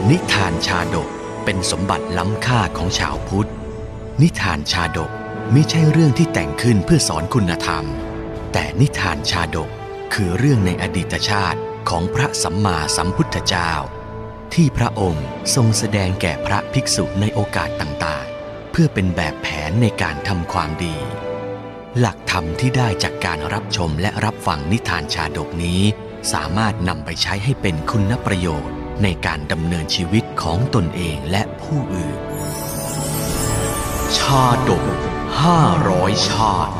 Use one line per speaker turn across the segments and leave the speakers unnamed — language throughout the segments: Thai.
นิทานชาดกเป็นสมบัติล้ำค่าของชาวพุทธนิทานชาดกไม่ใช่เรื่องที่แต่งขึ้นเพื่อสอนคุณธรรมแต่นิทานชาดกคือเรื่องในอดีตชาติของพระสัมมาสัมพุทธเจ้าที่พระองค์ทรงแสดงแก่พระภิกษุในโอกาสต่างๆเพื่อเป็นแบบแผนในการทำความดีหลักธรรมที่ได้จากการรับชมและรับฟังนิทานชาดกนี้สามารถนำไปใช้ให้เป็นคุณประโยชน์ในการดำเนินชีวิตของตนเองและผู้อื่นชาดก500 ชาติ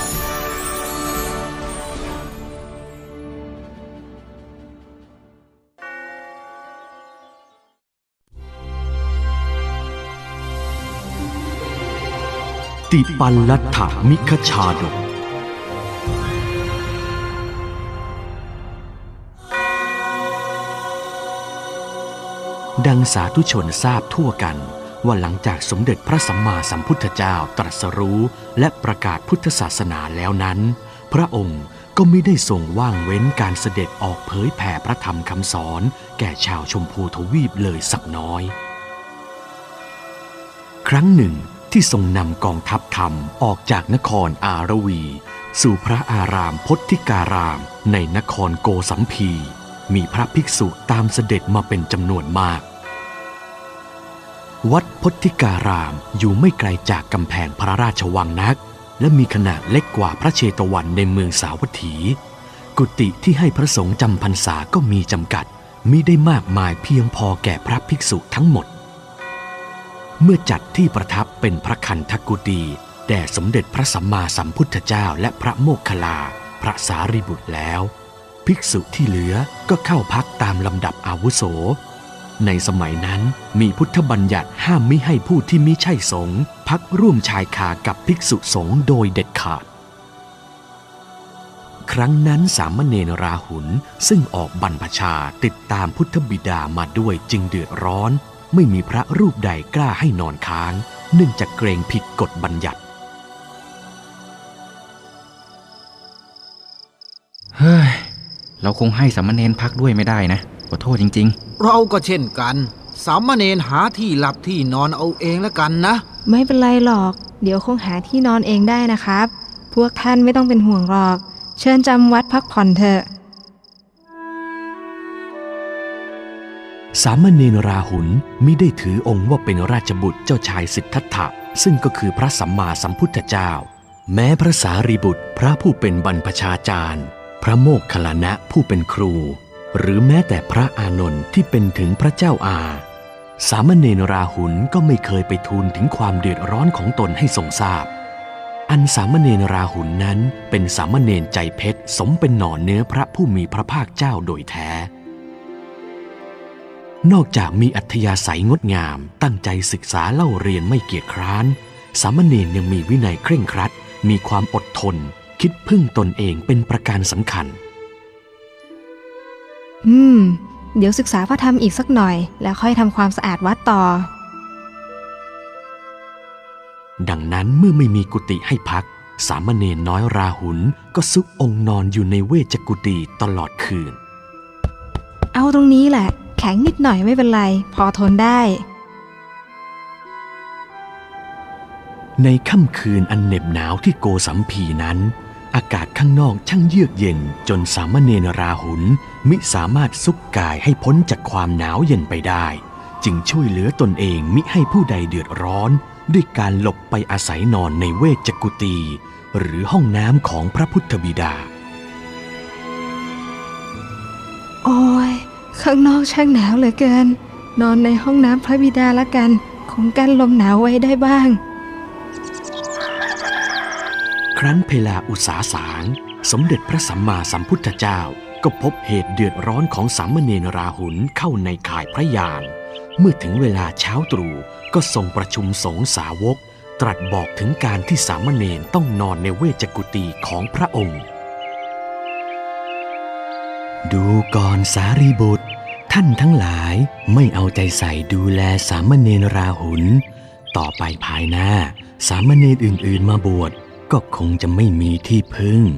ติปัลลัฏฐมิคชาดกดังสาธุชนทราบทั่วกันว่าหลังจากสมเด็จพระสัมมาสัมพุทธเจ้าตรัสรู้และประกาศพุทธศาสนาแล้วนั้นพระองค์ก็ไม่ได้ทรงว่างเว้นการเสด็จออกเผยแผ่พระธรรมคำสอนแก่ชาวชมพูทวีปเลยสักน้อยครั้งหนึ่งที่ทรงนำกองทัพธรรมออกจากนครอารวีสู่พระอารามพทธิการามในนครโกสัมพีมีพระภิกษุตามเสด็จมาเป็นจำนวนมากวัดพทธิการามอยู่ไม่ไกลจากกำแพงพระราชวังนักและมีขนาดเล็กกว่าพระเชตวันในเมืองสาวัตถีกุฏิที่ให้พระสงฆ์จำพรรษาก็มีจำกัดมิได้มากมายเพียงพอแก่พระภิกษุทั้งหมดเมื่อจัดที่ประทับเป็นพระคันธกุฏีแด่สมเด็จพระสัมมาสัมพุทธเจ้าและพระโมคคัลลาพระสารีบุตรแล้วภิกษุที่เหลือก็เข้าพักตามลำดับอาวุโสในสมัยนั้นมีพุทธบัญญัติห้ามมิให้ผู้ที่มิใช่สงฆ์พักร่วมชายคากับภิกษุสงฆ์โดยเด็ดขาดครั้งนั้นสามเณรราหุลซึ่งออกบรรพชาติดตามพุทธบิดามาด้วยจึงเดือดร้อนไม่มีพระรูปใดกล้าให้นอนค้างเนื่องจากเกรงผิดกฎบัญญัติ
เฮ้ยเราคงให้สามเณรพักด้วยไม่ได้นะขอโทษจริง
ๆเราก็เช่นกันสามเณรหาที่หลับที่นอนเอาเองแล้วกันนะ
ไม่เป็นไรหรอกเดี๋ยวคงหาที่นอนเองได้นะครับพวกท่านไม่ต้องเป็นห่วงหรอกเชิญจำวัดพักผ่อนเถอะ
สามเณรราหุลมิได้ถือองค์ว่าเป็นราชบุตรเจ้าชายสิทธัตถะซึ่งก็คือพระสัมมาสัมพุทธเจ้าแม้พระสารีบุตรพระผู้เป็นบรรพชาจารย์พระโมคคัลลานะผู้เป็นครูหรือแม้แต่พระอานนท์ที่เป็นถึงพระเจ้าอาสามเณรราหุลก็ไม่เคยไปทูลถึงความเดือดร้อนของตนให้ทรงทราบอันสามเณรราหุลนั้นเป็นสามเณรใจเพชรสมเป็นหน่อเนื้อพระผู้มีพระภาคเจ้าโดยแท้นอกจากมีอัธยาศัยงดงามตั้งใจศึกษาเล่าเรียนไม่เกียจคร้านสามเณรยังมีวินัยเคร่งครัดมีความอดทนคิดพึ่งตนเองเป็นประการสำคัญ
เดี๋ยวศึกษาพระธรรมอีกสักหน่อยแล้วค่อยทำความสะอาดวัดต่อ
ดังนั้นเมื่อไม่มีกุฏิให้พักสามเณรน้อยราหุลก็ซุกองค์นอนอยู่ในเวชกุฏีตลอดคืน
เอาตรงนี้แหละแข็งนิดหน่อยไม่เป็นไรพอทนได้
ในค่ำคืนอันเหน็บหนาวที่โกสัมพีนั้นอากาศข้างนอกช่างเยือกเย็นจนสามเณรราหุลมิสามารถซุกกายให้พ้นจากความหนาวเย็นไปได้จึงช่วยเหลือตนเองมิให้ผู้ใดเดือดร้อนด้วยการหลบไปอาศัยนอนในเวชกุฏีหรือห้องน้ำของพระพุทธบิดา
โอ้ยข้างนอกช่างหนาวเหลือเกินนอนในห้องน้ำพระบิดาละกันคงกั้นลมหนาวไว้ได้บ้าง
ครั้นเวลาอุษาสางสมเด็จพระสัมมาสัมพุทธเจ้าก็พบเหตุเดือดร้อนของสามเณรราหุลเข้าในข่ายพระยานเมื่อถึงเวลาเช้าตรู่ก็ทรงประชุมสงฆ์สาวกตรัสบอกถึงการที่สามเณรต้องนอนในเวชกุฏีของพระองค์ดูก่อนสารีบุตรท่านทั้งหลายไม่เอาใจใส่ดูแลสามเณรราหุลต่อไปภายหน้าสามเณรอื่นๆมาบวชก็คงจะไม่มีที่พึ่ง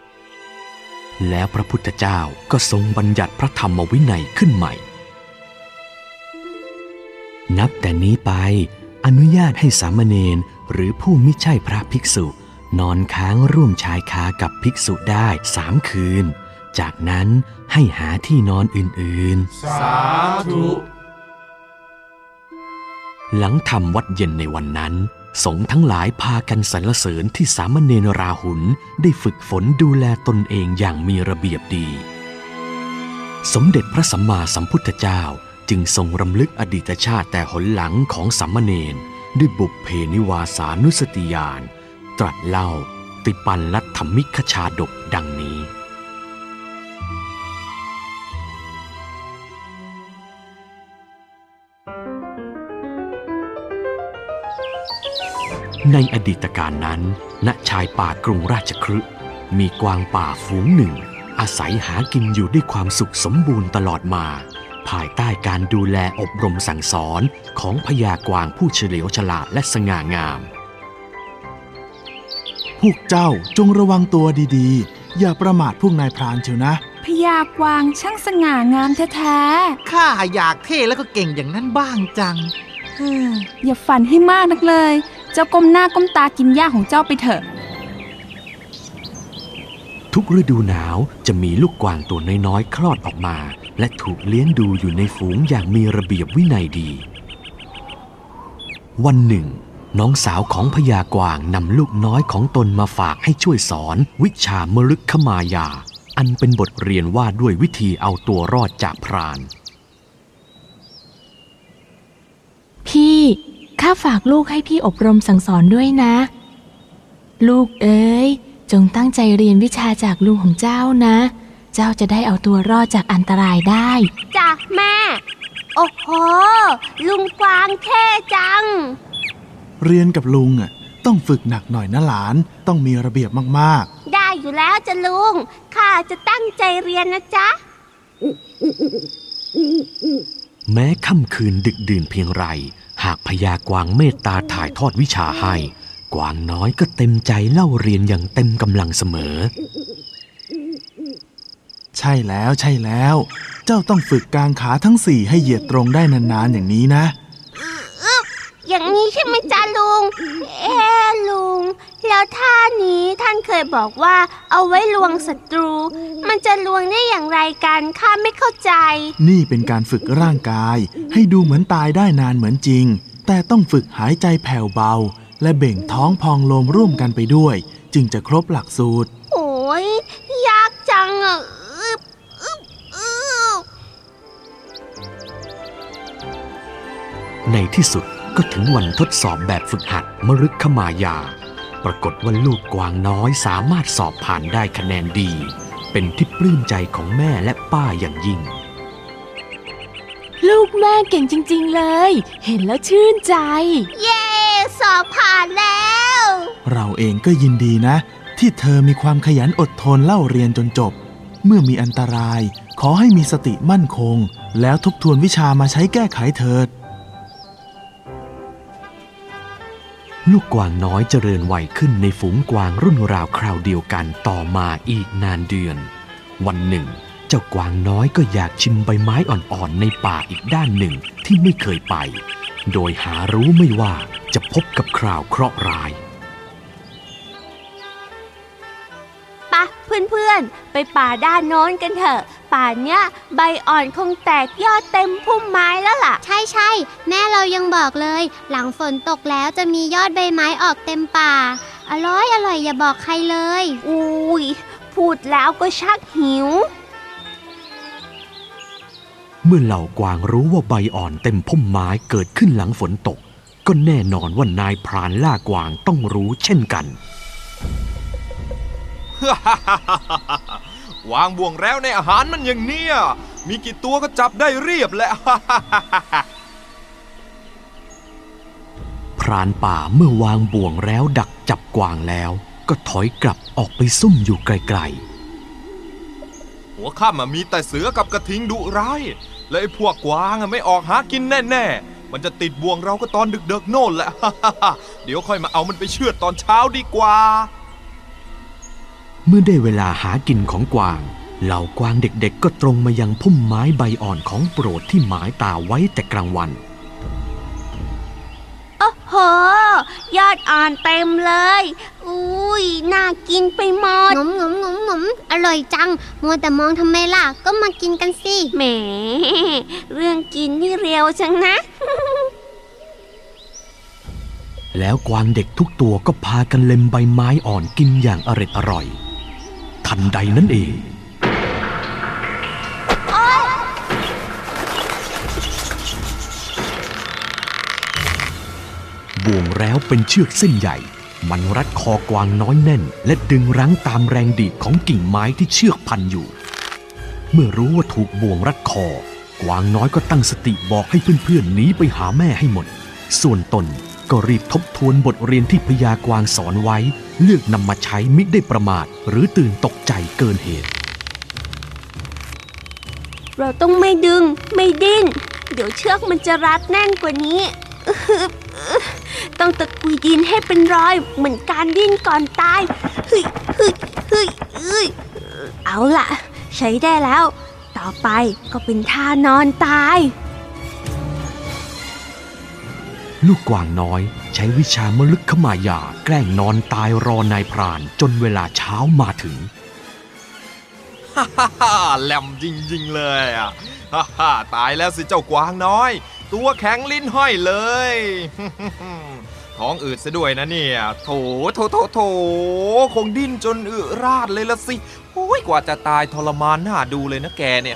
แล้วพระพุทธเจ้าก็ทรงบัญญัติพระธรรมวินัยขึ้นใหม่นับแต่นี้ไปอนุญาตให้สามเณรหรือผู้มิใช่พระภิกษุนอนค้างร่วมชายคากับภิกษุได้3 คืนจากนั้นให้หาที่นอนอื่นๆสาธุหลังทำวัดเย็นในวันนั้นสงฆ์ทั้งหลายพากันสรรเสริญที่สามเณรราหุลได้ฝึกฝนดูแลตนเองอย่างมีระเบียบดีสมเด็จพระสัมมาสัมพุทธเจ้าจึงทรงรำลึกอดีตชาติแต่หนหลังของสามเณรด้วยบุพเพนิวาสานุสติญาณตรัสเล่าติปันลัทธมิคชาดกดังนี้ในอดีตการนั้นณชายป่ากรุงราชคฤห์มีกวางป่าฝูงหนึ่งอาศัยหากินอยู่ด้วยความสุขสมบูรณ์ตลอดมาภายใต้การดูแลอบรมสั่งสอนของพญากวางผู้เฉลียวฉลาดและสง่างาม
พวกเจ้าจงระวังตัวดีๆอย่าประมาทพวกนายพรานเชียวนะ
พญากวางช่างสง่างามแท้
ๆข้าอยากเท่แล้วก็เก่งอย่างนั้นบ้างจัง
อย่าฝันให้มากนักเลยเจ้าก้มหน้าก้มตากินหญ้าของเจ้าไปเถอะ
ทุกฤดูหนาวจะมีลูกกวางตัวน้อยๆคลอดออกมาและถูกเลี้ยงดูอยู่ในฝูงอย่างมีระเบียบวินัยดีวันหนึ่งน้องสาวของพญากวางนำลูกน้อยของตนมาฝากให้ช่วยสอนวิชามฤคมายาอันเป็นบทเรียนว่าด้วยวิธีเอาตัวรอดจากพราน
พี่ข้าฝากลูกให้พี่อบรมสั่งสอนด้วยนะลูกเอ๋ยจงตั้งใจเรียนวิชาจากลุงของเจ้านะเจ้าจะได้เอาตัวรอดจากอันตรายได้
จ้ะแม่โอ้โหลุงกวางเท่จัง
เรียนกับลุงต้องฝึกหนักหน่อยนะหลานต้องมีระเบียบมาก
ๆได้อยู่แล้วจ้ะลุงข้าจะตั้งใจเรียนนะจ๊ะ
แม้ค่ำคืนดึกดื่นเพียงไรหากพญากวางเมตตาถ่ายทอดวิชาให้กวางน้อยก็เต็มใจเล่าเรียนอย่างเต็มกำลังเสมอ
ใช่แล้วเจ้าต้องฝึกกางขาทั้ง4ให้เหยียดตรงได้นานๆอย่างนี้นะ
อย่างนี้ใช่ไหมจ๊ะลุงลุงแล้วท่านี้ท่านเคยบอกว่าเอาไว้ลวงศัตรูมันจะลวงได้อย่างไรกันข้าไม่เข้าใจ
นี่เป็นการฝึกร่างกายให้ดูเหมือนตายได้นานเหมือนจริงแต่ต้องฝึกหายใจแผ่วเบาและเบ่งท้องพองลมร่วมกันไปด้วยจึงจะครบหลักสูตร
โอ้ยยากจัง
ในที่สุดก็ถึงวันทดสอบแบบฝึกหัดมฤคมายาปรากฏว่าลูกกวางน้อยสามารถสอบผ่านได้คะแนนดีเป็นที่ปลื้มใจของแม่และป้าอย่างยิ่ง
ลูกแม่เก่งจริงๆเลยเห็นแล้วชื่นใจ
เย้สอบผ่านแล้ว
เราเองก็ยินดีนะที่เธอมีความขยันอดทนเล่าเรียนจนจบเมื่อมีอันตรายขอให้มีสติมั่นคงแล้วทบทวนวิชามาใช้แก้ไขเถิด
ลูกกวางน้อยเจริญวัยขึ้นในฝูงกวางรุ่นราวคราวเดียวกันต่อมาอีกนานเดือนวันหนึ่งเจ้ากวางน้อยก็อยากชิมใบไม้อ่อนๆในป่าอีกด้านหนึ่งที่ไม่เคยไปโดยหารู้ไม่ว่าจะพบกับคราวเคราะห์ร้าย
ปะเพื่อนๆไปป่าด้านโน้นกันเถอะป่าเนี้ยใบอ่อนคงแตกยอดเต็มพุ่มไม้แล้วล่ะ
ใช่แม่เรายังบอกเลยหลังฝนตกแล้วจะมียอดใบไม้ออกเต็มป่าอร่อยอย่าบอกใครเลย
อุ้ยพูดแล้วก็ชักหิว
เมื่อเหล่ากวางรู้ว่าใบอ่อนเต็มพุ่มไม้เกิดขึ้นหลังฝนตกก็แน่นอนว่านายพรานล่ากวางต้องรู้เช่นกัน
วางบ่วงแล้วในอาหารมันอย่างเนี้ยมีกี่ตัวก็จับได้เรียบแหละ
พรานป่าเมื่อวางบ่วงแล้วดักจับกวางแล้วก็ถอยกลับออกไปซุ่มอยู่ไกล
ๆหัวค่ำมีแต่เสือกับกระทิงดุร้ายและไอ้พวกกวางไม่ออกหากินแน่ๆมันจะติดบ่วงเราก็ตอนดึกๆโน่นแหละ เดี๋ยวค่อยมาเอามันไปเชือดตอนเช้าดีกว่า
เมื่อได้เวลาหากินของกวางเหล่ากวางเด็กๆก็ตรงมายังพุ่มไม้ใบอ่อนของโปรดที่หมายตาไว้แต่กลางวัน
ยอดอ่อนเต็มเลยอุ้ยน่ากินไปหมด
งมอร่อยจังมัวแต่มองทำไมล่ะก็มากินกันสิ
แหมเรื่องกินนี่เร็วจังนะ
แล้วกวางเด็กทุกตัวก็พากันเล็มใบไม้อ่อนกินอย่างอร่อยทันใดนั้นเองบ่วงแล้วเป็นเชือกเส้นใหญ่มันรัดคอกวางน้อยแน่นและดึงรั้งตามแรงดีดของกิ่งไม้ที่เชือกพันอยู่เมื่อรู้ว่าถูกบ่วงรัดคอกวางน้อยก็ตั้งสติบอกให้เพื่อนๆหนีไปหาแม่ให้หมดส่วนตนก็รีบทบทวนบทเรียนที่พญากวางสอนไว้เลือกนำมาใช้มิได้ประมาทหรือตื่นตกใจเกินเหตุ
เราต้องไม่ดึงไม่ดิ้นเดี๋ยวเชือกมันจะรัดแน่นกว่านี้ต้องตะกุยดินให้เป็นรอยเหมือนการดิ้นก่อนตายเฮ้ยเอาล่ะใช้ได้แล้วต่อไปก็เป็นท่านอนตาย
ลูกกวางน้อยใช้วิชามลึกขมายาแกล้งนอนตายรอนายพรานจนเวลาเช้ามาถึง
แหลมจริงๆเลยอ่ะตายแล้วสิเจ้ากวางน้อยตัวแข็งลิ้นห้อยเลยท้องอืดซะด้วยนะเนี่ยโถคงดิ้นจนอึราดเลยละสิโอ้ยกว่าจะตายทรมานน่าดูเลยนะแกเนี่ย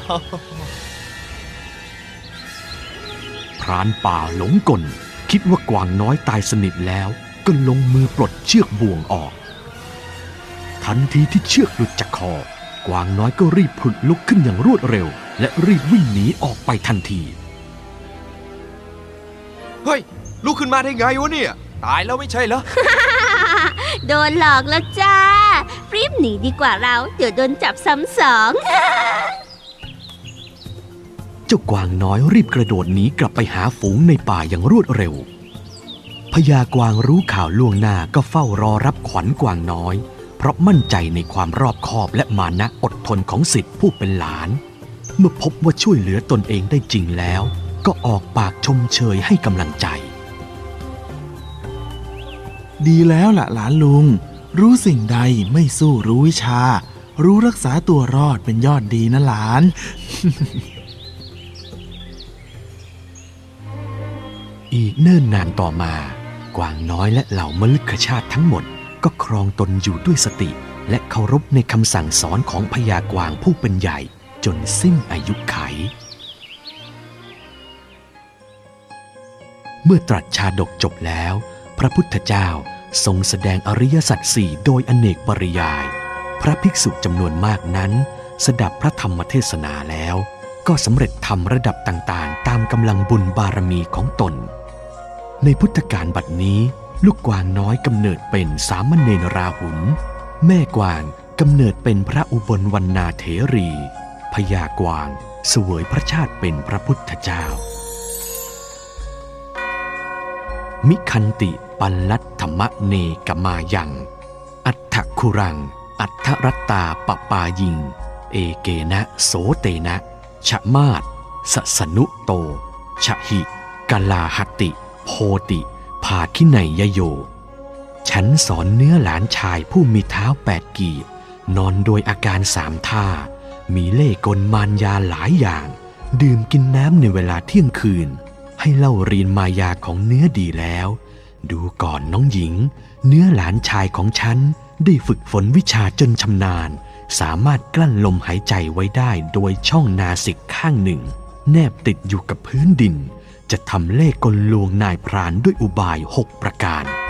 พรานป่าหลงกลคิดว่ากวางน้อยตายสนิทแล้วก็ลงมือปลดเชือกบ่วงออกทันทีที่เชือกหลุดจากคอกวางน้อยก็รีบผุดลุกขึ้นอย่างรวดเร็วและรีบวิ่งหนีออกไปทันที
เฮ้ยลุกขึ้นมาได้ไงวะเนี่ยตายแล้วไม่ใช่เหรอ
โดนหลอกแล้วจ้ารีบหนีดีกว่าเราเดี๋ยวโดนจับซ้ำสอง
เจ้ากวางน้อยรีบกระโดดหนีกลับไปหาฝูงในป่าอย่างรวดเร็วพญากวางรู้ข่าวล่วงหน้าก็เฝ้ารอรับขวัญกวางน้อยเพราะมั่นใจในความรอบคอบและมานะอดทนของศิษย์ผู้เป็นหลานเมื่อพบว่าช่วยเหลือตนเองได้จริงแล้วก็ออกปากชมเชยให้กำลังใจ
ดีแล้วล่ะหลานลุงรู้สิ่งใดไม่สู้รู้วิชารู้รักษาตัวรอดเป็นยอดดีนะหลาน
อีกเนิ่นนานต่อมากวางน้อยและเหล่ามฤคชาติทั้งหมดก็ครองตนอยู่ด้วยสติและเคารพในคำสั่งสอนของพญากวางผู้เป็นใหญ่จนสิ้นอายุไขเมื่อตรัสชาดกจบแล้วพระพุทธเจ้าทรงแสดงอริยสัจสี่โดยอเนกปริยายพระภิกษุจำนวนมากนั้นสดับพระธรรมเทศนาแล้วก็สำเร็จธรรมระดับต่างๆตามกำลังบุญบารมีของตนในพุทธกาลบัดนี้ลูกกวางน้อยกำเนิดเป็นสามเณรราหุลแม่กวางกำเนิดเป็นพระอุบลวรรณาเถรีพญากวางเสวยพระชาติเป็นพระพุทธเจ้ามิคันติปัลลัตถมะเนกมายังอัฏฐคุรังอัฏฐรัตตาปปายิงเอเกนะโสเตนะชะมาศสสนุโตชะหิกาลาหติโพติภาคิไนยโยฉันสอนเนื้อหลานชายผู้มีเท้า8 กีบนอนโดยอาการ3 ท่ามีเล่ห์กลมารยาหลายอย่างดื่มกินน้ำในเวลาเที่ยงคืนให้เล่าเรียนมายาของเนื้อดีแล้วดูก่อนน้องหญิงเนื้อหลานชายของฉันได้ฝึกฝนวิชาจนชำนาญสามารถกลั้นลมหายใจไว้ได้โดยช่องนาสิกข้างหนึ่งแนบติดอยู่กับพื้นดินจะทำเล่ห์กลลวงนายพรานด้วยอุบาย6 ประการ